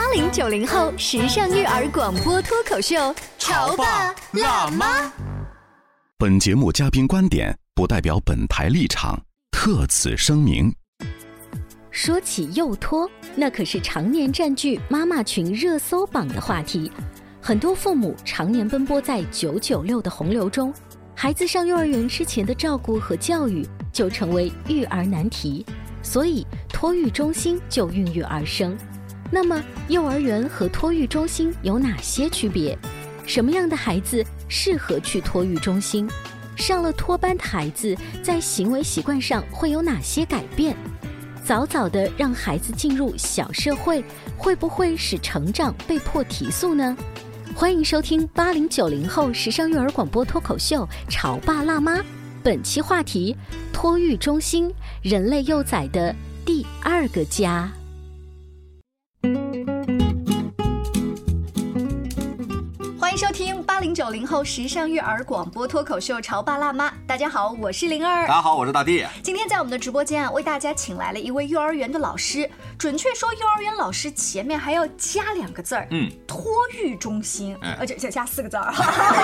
80、90后时尚育儿广播脱口秀，潮爸辣妈。 本节目嘉宾观点不代表本台立场，特此声明。 说起幼托，那可是常年占据妈妈群热搜榜的话题。很多父母常年奔波在996的洪流中，孩子上幼儿园之前的照顾和教育就成为育儿难题，所以托育中心就孕育而生。那么幼儿园和托育中心有哪些区别？什么样的孩子适合去托育中心？上了托班的孩子在行为习惯上会有哪些改变？早早的让孩子进入小社会，会不会使成长被迫提速呢？欢迎收听80、90后时尚育儿广播脱口秀《潮爸辣妈》，本期话题：托育中心，人类幼崽的第二个家。欢迎收听80、90后时尚育儿广播脱口秀《潮爸辣妈》。大家好，我是灵儿。 大家好，我是大地。 今天在我们的直播间为大家请来了一位幼儿园的老师，准确说，幼儿园老师前面还要加2个字儿，托育中心，这加4个字儿。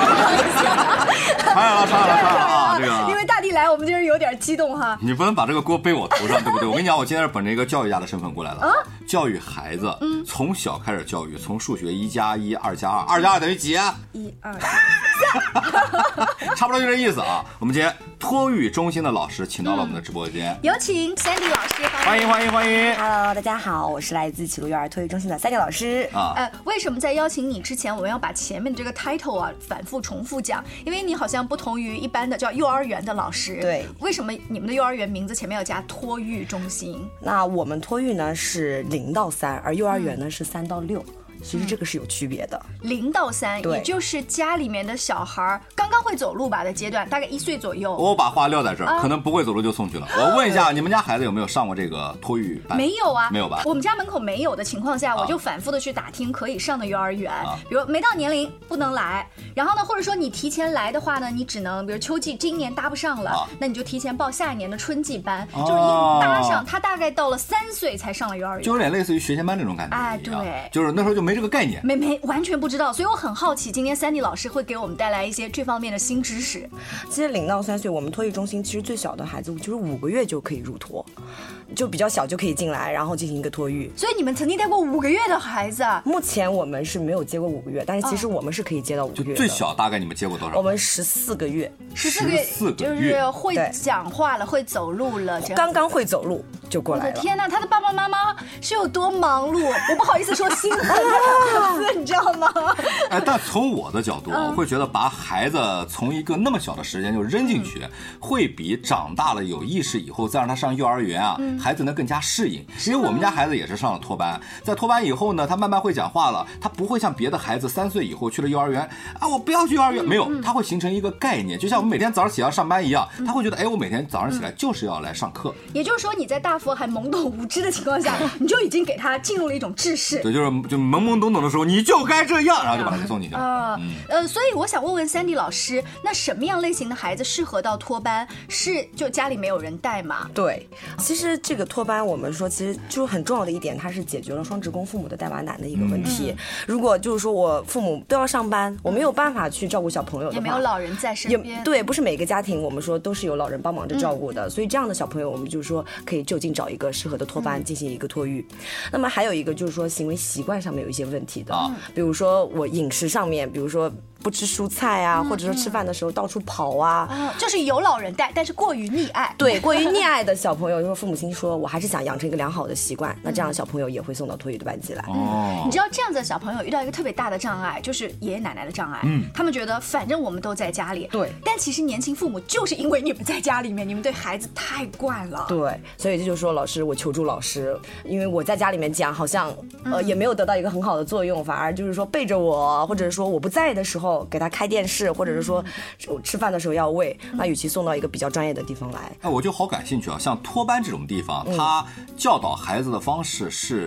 差了，这个。 因为大地来，我们就是有点激动哈。 你不能把这个锅背我头上，对不对？我跟你讲，我今天是本着一个教育家的身份过来了，教育孩子，从小开始教育，从数学1+1 2+2，2+2等于几？1、2、3、4，差不多就这意思啊。我们今天托育中心的老师请到了我们的直播间， 有请 Sandy 老师， 欢迎。 Hello， 大家好，我是来自启路幼儿托育中心的Sandy老师。 为什么在邀请你之前，我们要把前面的这个 title 反复重复讲？因为你好像不同于一般的叫幼儿园的老师。 对。 为什么你们的幼儿园名字前面要加托育中心？ 那我们托育呢是0到3，而幼儿园呢是3到6。其实这个是有区别的 ，0到3，也就是家里面的小孩刚刚会走路吧的阶段，大概1岁左右。 我把话撂在这儿，可能不会走路就送去了。我问一下，你们家孩子有没有上过这个托育班？ 没有啊， 没有吧？ 我们家门口没有的情况下，我就反复的去打听可以上的幼儿园，比如没到年龄不能来，然后呢，或者说你提前来的话呢，你只能比如秋季今年搭不上了，那你就提前报下一年的春季班，就是硬搭上。他大概到了3岁才上了幼儿园， 就有点类似于学前班这种感觉。 对， 就是那时候就没这个概念， 没完全不知道，所以我很好奇，今天Sandy老师会给我们带来一些这方面的新知识。 其实0到3岁，我们托育中心其实最小的孩子就是5个月就可以入托，就比较小就可以进来，然后进行一个托育。 所以你们曾经带过5个月的孩子？ 目前我们是没有接过5个月，但是其实我们是可以接到5个月的。 最小大概你们接过多少？ 我们14个月。 14个月就是会讲话了，会走路了， 刚刚会走路就过来了。 我的天哪，他的爸爸妈妈是有多忙碌？我不好意思说心疼你知道吗？ 但从我的角度，我会觉得把孩子从一个那么小的时间就扔进去，会比长大了有意识以后再让他上幼儿园孩子能更加适应。因为我们家孩子也是上了托班，在托班以后呢，他慢慢会讲话了，他不会像别的孩子3岁以后去了幼儿园我不要去幼儿园，没有，他会形成一个概念，就像我们每天早上起来上班一样，他会觉得我每天早上起来就是要来上课。 也就是说，你在大佛还懵懂无知的情况下，你就已经给他进入了一种制式。 对，就懵懵懂懂的时候，你就该这样，然后就把他给送进去了。 所以我想问问Sandy老师，那什么样类型的孩子适合到托班？是就家里没有人带吗？ 对，其实这个托班我们说，其实就很重要的一点，它是解决了双职工父母的带娃难的一个问题。如果就是说我父母都要上班，我没有办法去照顾小朋友的话， 也没有老人在身边。 对，不是每个家庭我们说都是有老人帮忙着照顾的，所以这样的小朋友我们就是说可以就近找一个适合的托班进行一个托育。那么还有一个就是说行为习惯上面有一些问题的，比如说我饮食上面，比如说不吃蔬菜或者说吃饭的时候到处跑就是有老人带，但是过于溺爱。 对，过于溺爱的小朋友，就是父母亲说我还是想养成一个良好的习惯，那这样的小朋友也会送到托育的班级来。 你知道这样子的小朋友遇到一个特别大的障碍，就是爷爷奶奶的障碍。他们觉得反正我们都在家里， 对， 但其实年轻父母就是因为你们在家里面，你们对孩子太惯了。 对，所以这就说老师，我求助老师，因为我在家里面讲好像也没有得到一个很好的作用，反而就是说背着我，或者是说我不在的时候给他开电视，或者是说吃饭的时候要喂，那与其送到一个比较专业的地方来， 我就好感兴趣像托班这种地方，他教导孩子的方式是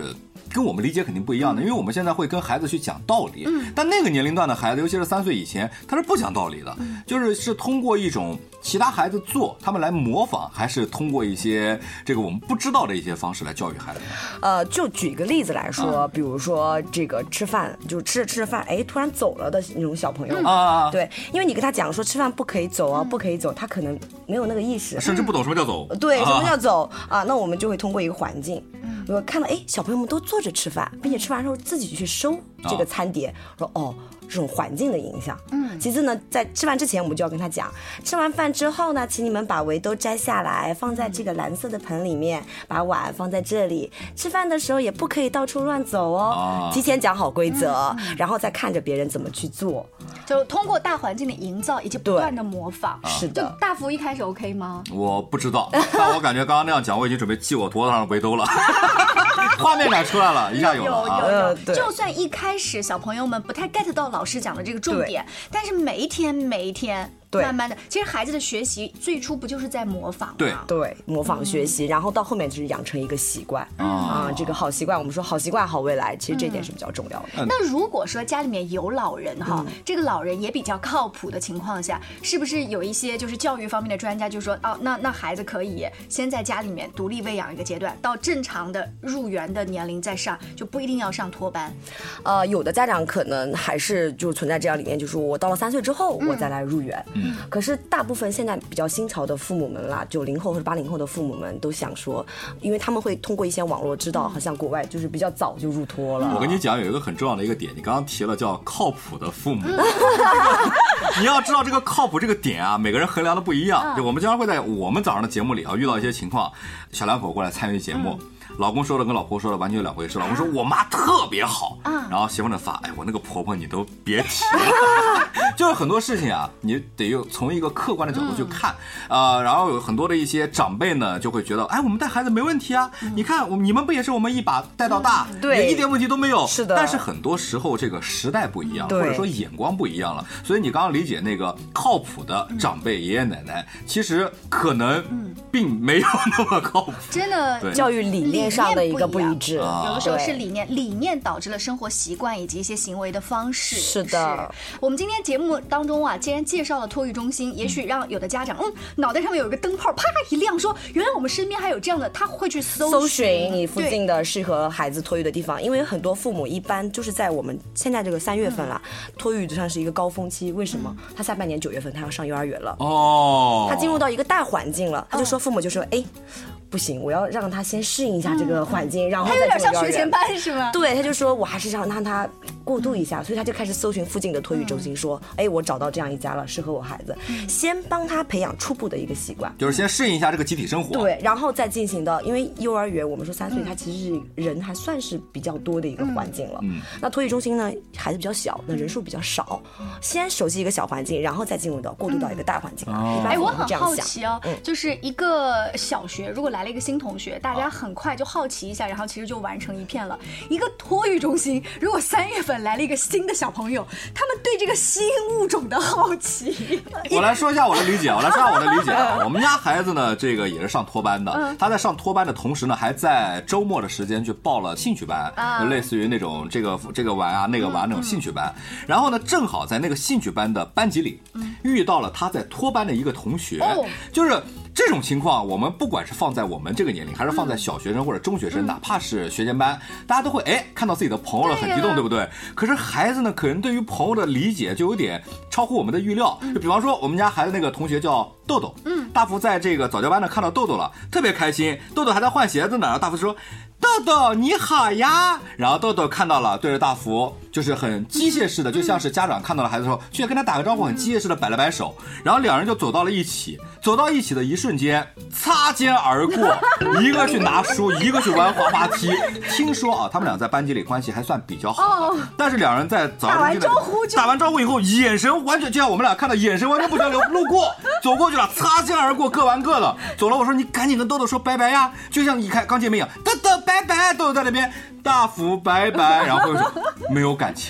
跟我们理解肯定不一样的，因为我们现在会跟孩子去讲道理，但那个年龄段的孩子，尤其是3岁以前，他是不讲道理的，就是通过一种其他孩子做，他们来模仿，还是通过一些这个我们不知道的一些方式来教育孩子？ 就举个例子来说，比如说这个吃饭，就吃着饭，哎，突然走了的那种小朋友对，因为你跟他讲说吃饭不可以走啊，不可以走，他可能没有那个意识， 甚至不懂什么叫走。 对，什么叫走啊？那我们就会通过一个环境，我看到小朋友们都坐着吃饭，并且吃完之后自己去收这个餐碟，说这种环境的影响。其次呢，在吃饭之前我们就要跟他讲，吃完饭之后呢，请你们把围都摘下来，放在这个蓝色的盆里面，把碗放在这里。吃饭的时候也不可以到处乱走提前讲好规则，然后再看着别人怎么去做， 就通过大环境的营造以及不断的模仿。 是的。 大福一开始 OK 吗？ 我不知道，但我感觉刚刚那样讲，我已经准备系我脖子上的围兜了。画面感出来了，一下有了有。就算一开始小朋友们不太 get 到老师讲的这个重点，但是每一天慢慢的，其实孩子的学习最初不就是在模仿吗？ 对，模仿学习，然后到后面就是养成一个习惯这个好习惯，我们说好习惯好未来，其实这点是比较重要的。 那如果说家里面有老人这个老人也比较靠谱的情况下，是不是有一些就是教育方面的专家就说那孩子可以先在家里面独立喂养一个阶段，到正常的入园的年龄再上，就不一定要上托班。 有的家长可能还是就存在这样理念，就是我到了3岁之后我再来入园。可是大部分现在比较新潮的父母们啦，90后或者80后的父母们都想说，因为他们会通过一些网络知道，好像国外就是比较早就入托了。 我跟你讲，有一个很重要的一个点，你刚刚提了叫靠谱的父母。你要知道这个靠谱这个点啊，每个人衡量的不一样。就我们经常会在我们早上的节目里遇到一些情况，小两口过来参与节目。老公说的跟老婆说的完全两回事。老公说我妈特别好，然后媳妇呢发，我那个婆婆你都别提了。就是很多事情啊，你得从一个客观的角度去看，然后有很多的一些长辈呢就会觉得，我们带孩子没问题啊，你看你们不也是我们一把带到大，也一点问题都没有。 是的。 但是很多时候这个时代不一样，或者说眼光不一样了，所以你刚刚理解那个靠谱的长辈爷爷奶奶，其实可能并没有那么靠谱。 真的， 教育理念上的一个不一致，有的时候是理念导致了生活习惯以及一些行为的方式。 是的。 我们今天节目当中既然介绍了托育中心，也许让有的家长脑袋上面有一个灯泡啪一亮，说原来我们身边还有这样的，他会去搜寻你附近的适合孩子托育的地方。因为很多父母一般就是在我们现在这个3月份了，托育算是一个高峰期。为什么？他下半年9月份他要上幼儿园了，他进入到一个大环境了，他就说父母就说不行，我要让他先适应一下这个环境，然后再他有点像学前班是吗？ 对，他就说我还是让他过渡一下，所以他就开始搜寻附近的托育中心，说我找到这样一家了，适合我孩子，先帮他培养初步的一个习惯， 就是先适应一下这个集体生活。 对，然后再进行到，因为幼儿园我们说3岁，他其实是人还算是比较多的一个环境了。那托育中心呢，孩子比较小，那人数比较少，先熟悉一个小环境，然后再进入到过渡到一个大环境。 我很好奇就是一个小学如果来了一个新同学，大家很快就好奇一下，然后其实就完成一片了。一个托育中心，如果3月份来了一个新的小朋友，他们对这个新物种的好奇。 我来说一下我的理解，我们家孩子呢，这个也是上托班的，他在上托班的同时呢，还在周末的时间去报了兴趣班，类似于那种这个玩啊那个玩那种兴趣班。然后呢，正好在那个兴趣班的班级里遇到了他在托班的一个同学，就是这种情况，我们不管是放在我们这个年龄，还是放在小学生或者中学生，哪怕是学前班，大家都会看到自己的朋友了，很激动，对不对？可是孩子呢，可能对于朋友的理解就有点超乎我们的预料。就比方说，我们家孩子那个同学叫豆豆，大福在这个早教班呢看到豆豆了，特别开心。豆豆还在换鞋子呢，然后大福说：“豆豆你好呀。”然后豆豆看到了，对着大福就是很机械式的，就像是家长看到了孩子说去跟他打个招呼，很机械式的摆了摆手，然后两人就走到了一起。走到一起的一瞬间，擦肩而过，一个去拿书，一个去玩滑滑梯。听说他们俩在班级里关系还算比较好的，但是两人在打完招呼以后，眼神完全就像我们俩看到，眼神完全不交流，路过走过去了，擦肩而过，各玩各的。走了，我说你赶紧跟豆豆说拜拜呀，就像你看刚见面一样，豆豆拜拜，豆豆在那边大福拜拜，然后没有感情。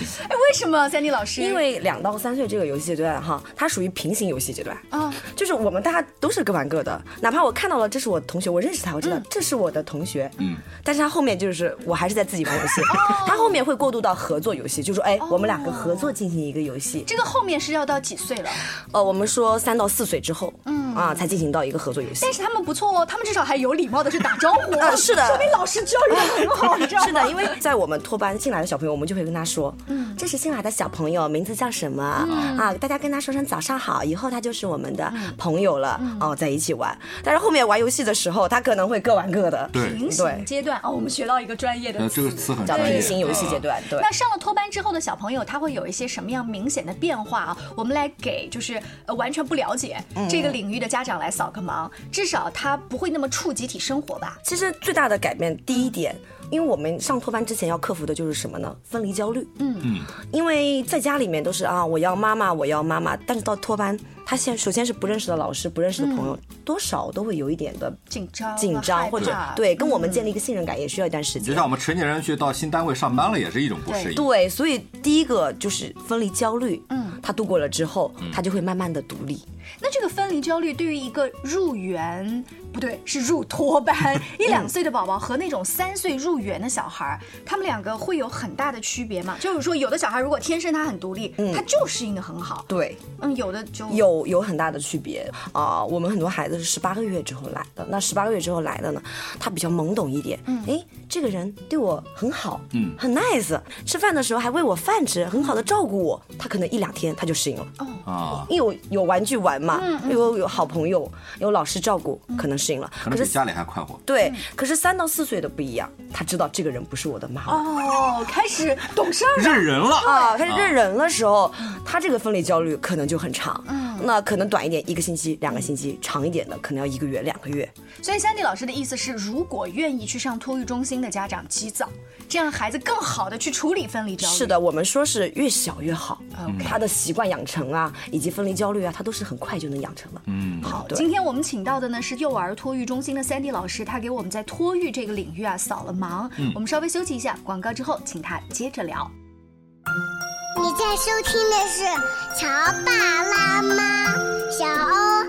为什么3D 老师？ 因为2到3岁这个游戏阶段哈，它属于平行游戏阶段啊，就是我们大家都是各玩各的，哪怕我看到了这是我同学，我认识他，我知道这是我的同学，但是他后面就是我还是在自己玩游戏，他后面会过渡到合作游戏，就说我们2个合作进行一个游戏。 这个后面是要到几岁了？ 我们说3到4岁之后，才进行到一个合作游戏。 但是他们不错哦，他们至少还有礼貌的去打招呼。 是的， 说明老师教育的很好，你知道吗？ 是的，因为在我们托班进来的小朋友，我们就会跟他说，这是新来的小朋友，名字叫什么啊？大家跟他说声早上好，以后他就是我们的朋友了，在一起玩。但是后面玩游戏的时候，他可能会各玩各的。 对， 平行阶段我们学到一个专业的词， 这个词很叫平行游戏阶段。对。 那上了托班之后的小朋友，他会有一些什么样明显的变化啊？我们来给就是完全不了解这个领域的家长来扫个盲，至少他不会那么触集体生活吧？ 其实最大的改变，第一点，因为我们上托班之前要克服的就是什么呢？分离焦虑。因为在家里面都是我要妈妈，我要妈妈，但是到托班，他首先是不认识的老师，不认识的朋友，多少都会有一点的紧张，或者对跟我们建立一个信任感也需要一段时间。 就像我们成年人去到新单位上班了，也是一种不适应。 对，所以第一个就是分离焦虑。他度过了之后，他就会慢慢的独立。 那这个分离焦虑对于一个入园不对，是入托班1、2岁的宝宝和那种3岁入园的小孩，他们2个会有很大的区别吗？就是说，有的小孩如果天生他很独立，他就适应的很好。 对， 有的就有很大的区别我们很多孩子是18个月之后来的，那18个月之后来的呢，他比较懵懂一点。这个人对我很好，很 nice， 吃饭的时候还喂我饭吃，很好的照顾我，他可能1、2天他就适应了。因为有玩具玩嘛，有好朋友，有老师照顾，可能适应了。 可能比家里还快活。 对，可是3到4岁的不一样，他知道这个人不是我的妈妈。 开始懂事了， 认人了开始认人的时候，他这个分离焦虑可能就很长。那可能短一点1个星期、2个星期，长一点的可能要1个月、2个月。 所以3D 老师的意思是，如果愿意去上托育中心的家长及早，这样孩子更好的去处理分离焦虑。 是的，我们说是越小越好。他的习惯养成以及分离焦虑他都是很快就能养成了。 好，今天我们请到的呢是幼儿托育中心的3D 老师，他给我们在托育这个领域扫了盲。我们稍微休息一下，广告之后请他接着聊。 你在收听的是《潮爸辣妈》，小欧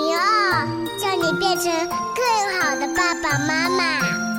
02，叫你变成更好的爸爸妈妈。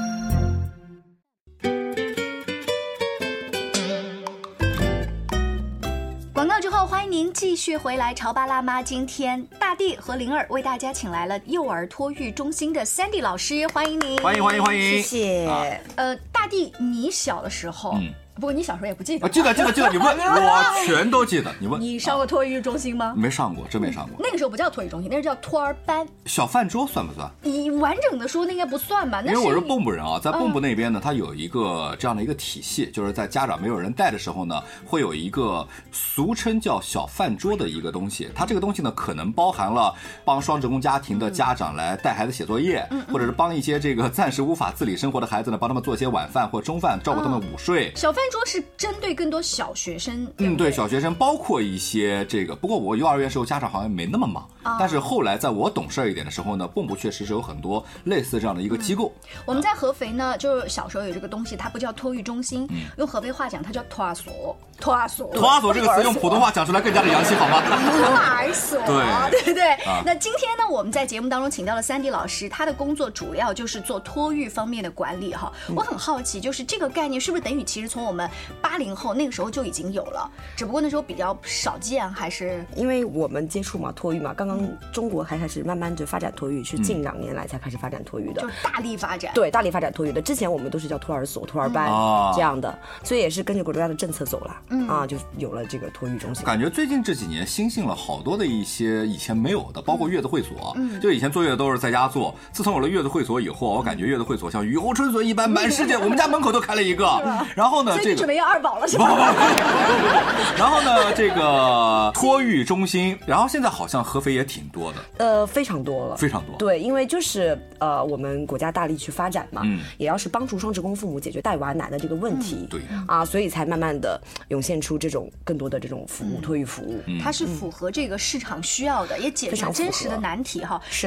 广告之后，欢迎您继续回来《潮爸辣妈》。今天大地和02为大家请来了幼儿托育中心的3D 老师，欢迎您， 欢迎。 谢谢。 大地，你小的时候。不过你小时候也不记得。 记得，你问我全都记得。你问你上过托育中心吗？ 没上过，真没上过。 那个时候不叫托育中心，那是叫托儿班。 小饭桌算不算？ 你完整的说那应该不算吧？ 因为我是蚌埠人在蚌埠那边呢，它有一个这样的一个体系，就是在家长没有人带的时候呢，会有一个俗称叫小饭桌的一个东西。它这个东西呢，可能包含了帮双职工家庭的家长来带孩子写作业，或者是帮一些这个暂时无法自理生活的孩子呢，帮他们做一些晚饭或中饭，照顾他们午睡。 小饭桌是针对更多小学生。 对，小学生包括一些这个。不过我幼儿园时候家长好像没那么忙，但是后来在我懂事一点的时候呢，蚌埠确实是有很多类似这样的一个机构。 我们在合肥呢，就是小时候有这个东西，它不叫托育中心，用合肥话讲，它叫托儿所。托儿所这个词用普通话讲出来更加的洋气，好吗？ 托儿所，对不对？ 啊， 那今天呢，我们在节目当中请到了3D老师，他的工作主要就是做托育方面的管理哈。我很好奇，就是这个概念是不是等于其实从我们80后那个时候就已经有了，只不过那时候比较少见，还是因为我们接触嘛托育嘛，刚刚中国还开始慢慢的发展托育，是近2年来才开始发展托育的， 就是大力发展。 对，大力发展托育的，之前我们都是叫托儿所、托儿班这样的，所以也是跟着国家的政策走了。就有了这个托育中心。 感觉最近这几年新兴了好多的一些以前没有的，包括月子会所。就以前坐月子都是在家做，自从有了月子会所以后，我感觉月子会所像雨后春笋一般，满世界。我们家门口都开了一个。然后呢， 所以你准备要2宝了是吧？ 然后呢，这个托育中心，然后现在好像合肥也挺多的。非常多了， 非常多。 对，因为就是我们国家大力去发展嘛，也要是帮助双职工父母解决带娃难的这个问题。 对所以才慢慢的涌现出这种更多的这种服务，托育服务。 它是符合这个市场需要的，也解决真实的难题哈。 是的。 那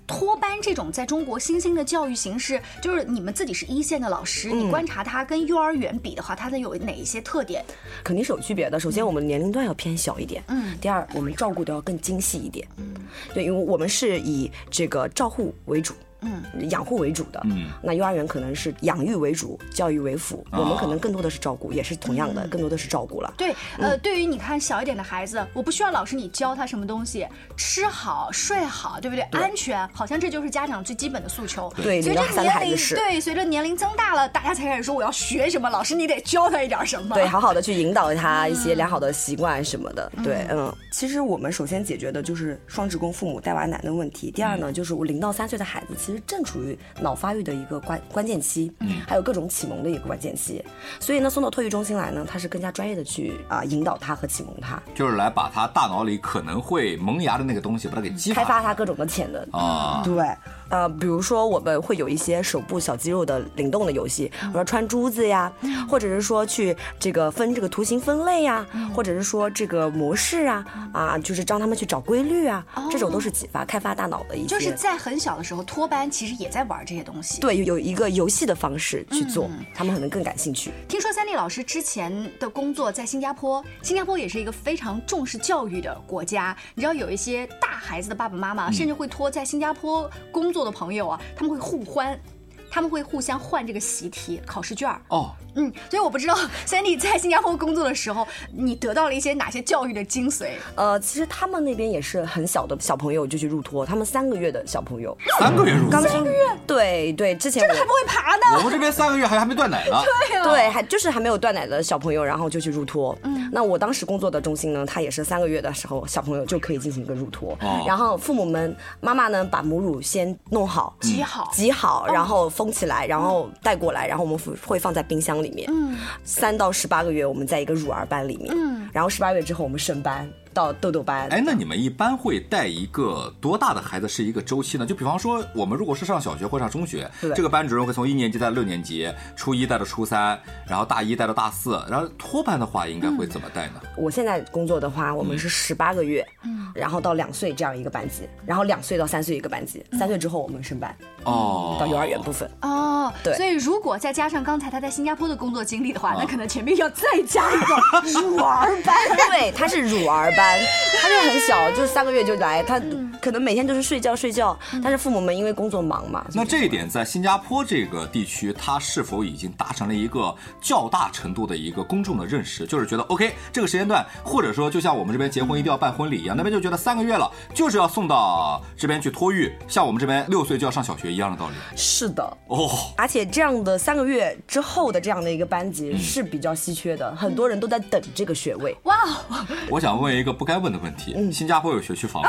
托班这种在中国新兴的教育形式，就是你们自己是一线的老师，你观察它跟幼儿园比的话，它有哪一些特点？ 肯定是有区别的。首先，我们年龄段要偏小一点。第二，我们照顾的要更精细一点。对，因为我们是以这个照护为主。养护为主的，那幼儿园可能是养育为主，教育为辅，我们可能更多的是照顾，也是同样的，更多的是照顾了。 对，对于你看小一点的孩子，我不需要老师你教他什么东西，吃好睡好，对不对？安全，好像这就是家长最基本的诉求。 对， 随着年龄增大了，大家才开始说我要学什么，老师你得教他一点什么。 对，好好的去引导他一些良好的习惯什么的。对，其实我们首先解决的就是双职工父母带娃难的问题。第二呢，就是我0到3岁的孩子，其实正处于脑发育的一个关键期，还有各种启蒙的一个关键期，所以呢，送到托育中心来呢，他是更加专业的去引导他和启蒙他， 就是来把他大脑里可能会萌芽的那个东西，把它给激发， 开发他各种的潜能啊。对。比如说我们会有一些手部小肌肉的灵动的游戏，比如说穿珠子呀，或者是说去这个分这个图形分类呀，或者是说这个模式啊，就是让他们去找规律啊，这种都是启发开发大脑的一些。 就是在很小的时候托班其实也在玩这些东西。 对，有一个游戏的方式去做，他们可能更感兴趣。 听说Sandy老师之前的工作在新加坡也是一个非常重视教育的国家。你知道有一些大孩子的爸爸妈妈，甚至会托在新加坡工作的朋友啊，他们会互相换这个习题考试卷。所以我不知道 Sandy 在新加坡工作的时候，你得到了一些哪些教育的精髓？ 其实他们那边也是很小的小朋友就去入托，他们3个月的小朋友 ，3个月入托 ，3个月，对，之前这个还不会爬呢。 我们这边3个月还没断奶呢。 对，还没有断奶的小朋友，然后就去入托。那我当时工作的中心呢，他也是3个月的时候，小朋友就可以进行一个入托。然后父母们妈妈呢，把母乳先弄好，挤好，然后封起来，然后带过来，然后我们会放在冰箱里面。3到18个月我们在一个乳儿班里面，然后18个月之后我们升班到豆豆班。 那你们一般会带一个多大的孩子是一个周期呢？就比方说我们如果是上小学或上中学，这个班主任会从1年级带到6年级，初1带到初3，然后大1带到大4，然后托班的话应该会怎么带呢？ 我现在工作的话，我们是18个月，然后到2岁这样一个班级，然后2岁到3岁一个班级，3岁之后我们升班到幼儿园部分。对。 所以如果再加上刚才他在新加坡的工作经历的话，那可能前面要再加一个乳儿班。 对，他是乳儿班，他就很小，就是3个月就来，他可能每天都是睡觉，但是父母们因为工作忙嘛。 那这一点在新加坡这个地区，他是否已经达成了一个较大程度的一个公众的认识？就是觉得 OK 这个时间段，或者说就像我们这边结婚一定要办婚礼一样，那边就觉得3个月了就是要送到这边去托育，像我们这边6岁就要上小学一样的道理。 是的而且这样的3个月之后的这样的一个班级是比较稀缺的，很多人都在等这个学位。 哇， 我想问一个不该问的问题，新加坡有学区房吗？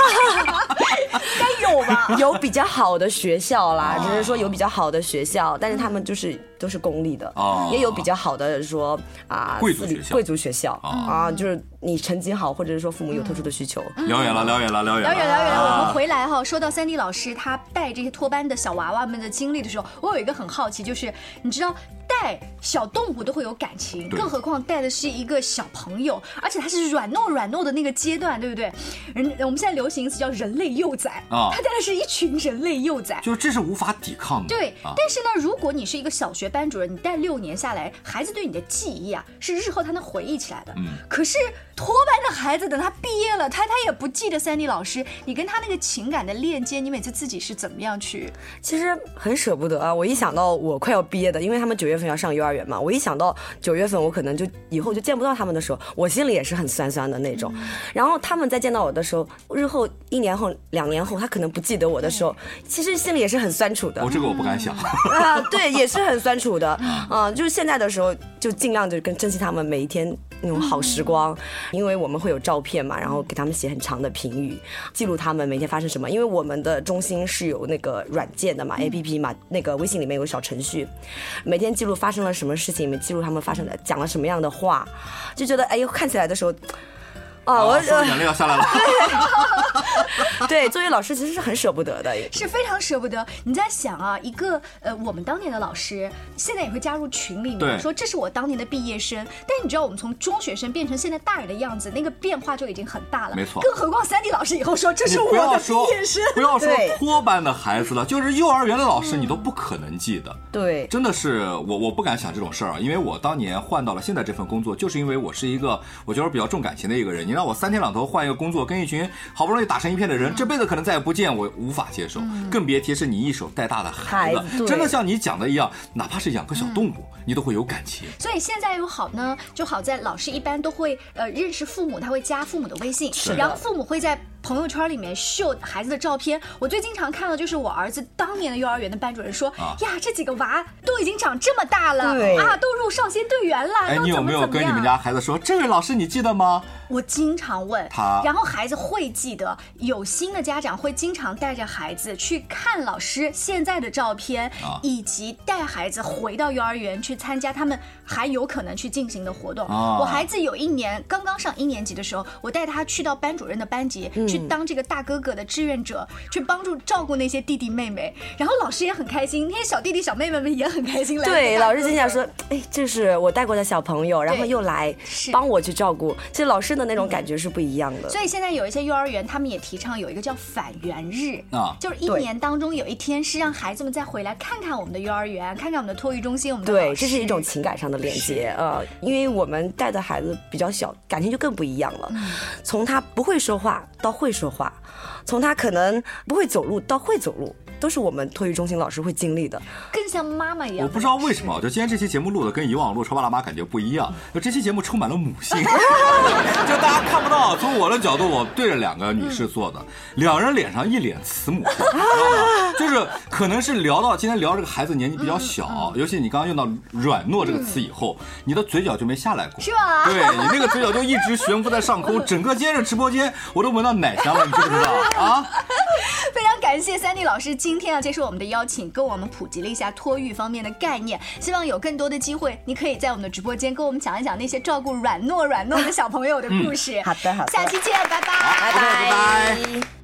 该有吧， 有比较好的学校啦，只是说有比较好的学校，但是他们都是公立的，也有比较好的说贵族学校就是你成绩好，或者是说父母有特殊的需求。 聊远了， 我们回来说到Sandy老师他带这些托班的小娃娃们的经历的时候，我有一个很好奇，就是你知道带小动物都会有感情，更何况带的是一个小朋友，而且他是软糯的那个阶段，对不对？我们现在流行一词叫人类幼崽他带的是一群人类幼崽， 就是这是无法抵抗的。 对，但是呢，如果你是一个小学班主任，你带6年下来，孩子对你的记忆是日后他能回忆起来的。可是托班的孩子等他毕业了，他也不记得Sandy老师，你跟他那个情感的链接，你每次自己是怎么样去？ 其实很舍不得我一想到我快要毕业的，因为他们9月份要上幼儿园嘛，我一想到9月份我可能就以后就见不到他们的时候，我心里也是很酸酸的那种。然后他们在见到我的时候，日后1年后、2年后，他可能不记得我的时候，其实心里也是很酸楚的。 这个我不敢想对，也是很酸楚的就是现在的时候就尽量就珍惜他们每一天那种好时光，因为我们会有照片嘛，然后给他们写很长的评语，记录他们每天发生什么。因为我们的中心是有那个软件的嘛 ，APP 嘛，那个微信里面有个小程序，每天记录发生了什么事情，记录他们讲了什么样的话，就觉得哎呦，看起来的时候我眼泪要下来了。 对，作为老师其实是很舍不得的， 是非常舍不得。你在想啊，一个我们当年的老师，现在也会加入群里面说这是我当年的毕业生。但你知道，我们从中学生变成现在大人的样子，那个变化就已经很大了。 没错。 更何况3D 老师以后说这是我的毕业生， 不要说托班的孩子了，就是幼儿园的老师你都不可能记得。 对， 真的是我不敢想这种事儿啊，因为我当年换到了现在这份工作，就是因为我是一个我觉得比较重感情的一个人。你让我3天2头换一个工作，跟一群好不容易打成一片的人，这辈子可能再也不见，我无法接受。更别提是你一手带大的孩子，真的像你讲的一样，哪怕是养个小动物，你都会有感情。 所以现在有好呢，就好在老师一般都会认识父母，他会加父母的微信，然后父母会在朋友圈里面秀孩子的照片。我最经常看到就是我儿子当年的幼儿园的班主任说呀，这几个娃都已经长这么大了啊，都入少先队员了。 哎，你有没有跟你们家孩子说这位老师你记得吗？ 我经常问他， 然后孩子会记得。有心的家长会经常带着孩子去看老师现在的照片，以及带孩子回到幼儿园去参加他们还有可能去进行的活动。我孩子有一年刚刚上1年级的时候，我带他去到班主任的班级，去当这个大哥哥的志愿者，去帮助照顾那些弟弟妹妹。然后老师也很开心，那些小弟弟小妹妹们也很开心来。 对，老师经常说，哎，这是我带过的小朋友，然后又来帮我去照顾。其实老师的那种感觉是不一样的。 所以现在有一些幼儿园，他们也提倡有一个叫返园日就是1年当中有一天是让孩子们再回来看看我们的幼儿园，看看我们的托育中心，我们的老师。 对，这是一种情感上的连接。因为我们带的孩子比较小，感情就更不一样了。从他不会说话到会说话，从他可能不会走路到会走路，都是我们托育中心老师会经历的， 更像妈妈一样。 我不知道为什么，就今天这期节目录的跟以往录《潮爸辣妈》感觉不一样，就这期节目充满了母性。就大家看不到，从我的角度，我对着2个女士坐的，2人脸上一脸慈母，就是可能是今天聊这个孩子年纪比较小，尤其你刚刚用到软糯这个词以后，你的嘴角就没下来过， 是吧？ 对，你那个嘴角就一直悬浮在上空，整个今天的直播间我都闻到奶香了，你知不知道啊？ 非常感谢3D老师今天接受我们的邀请，跟我们普及了一下托育方面的概念。希望有更多的机会，你可以在我们的直播间跟我们讲一讲那些照顾软糯的小朋友的故事。 好的， 下期见，拜拜， 拜拜。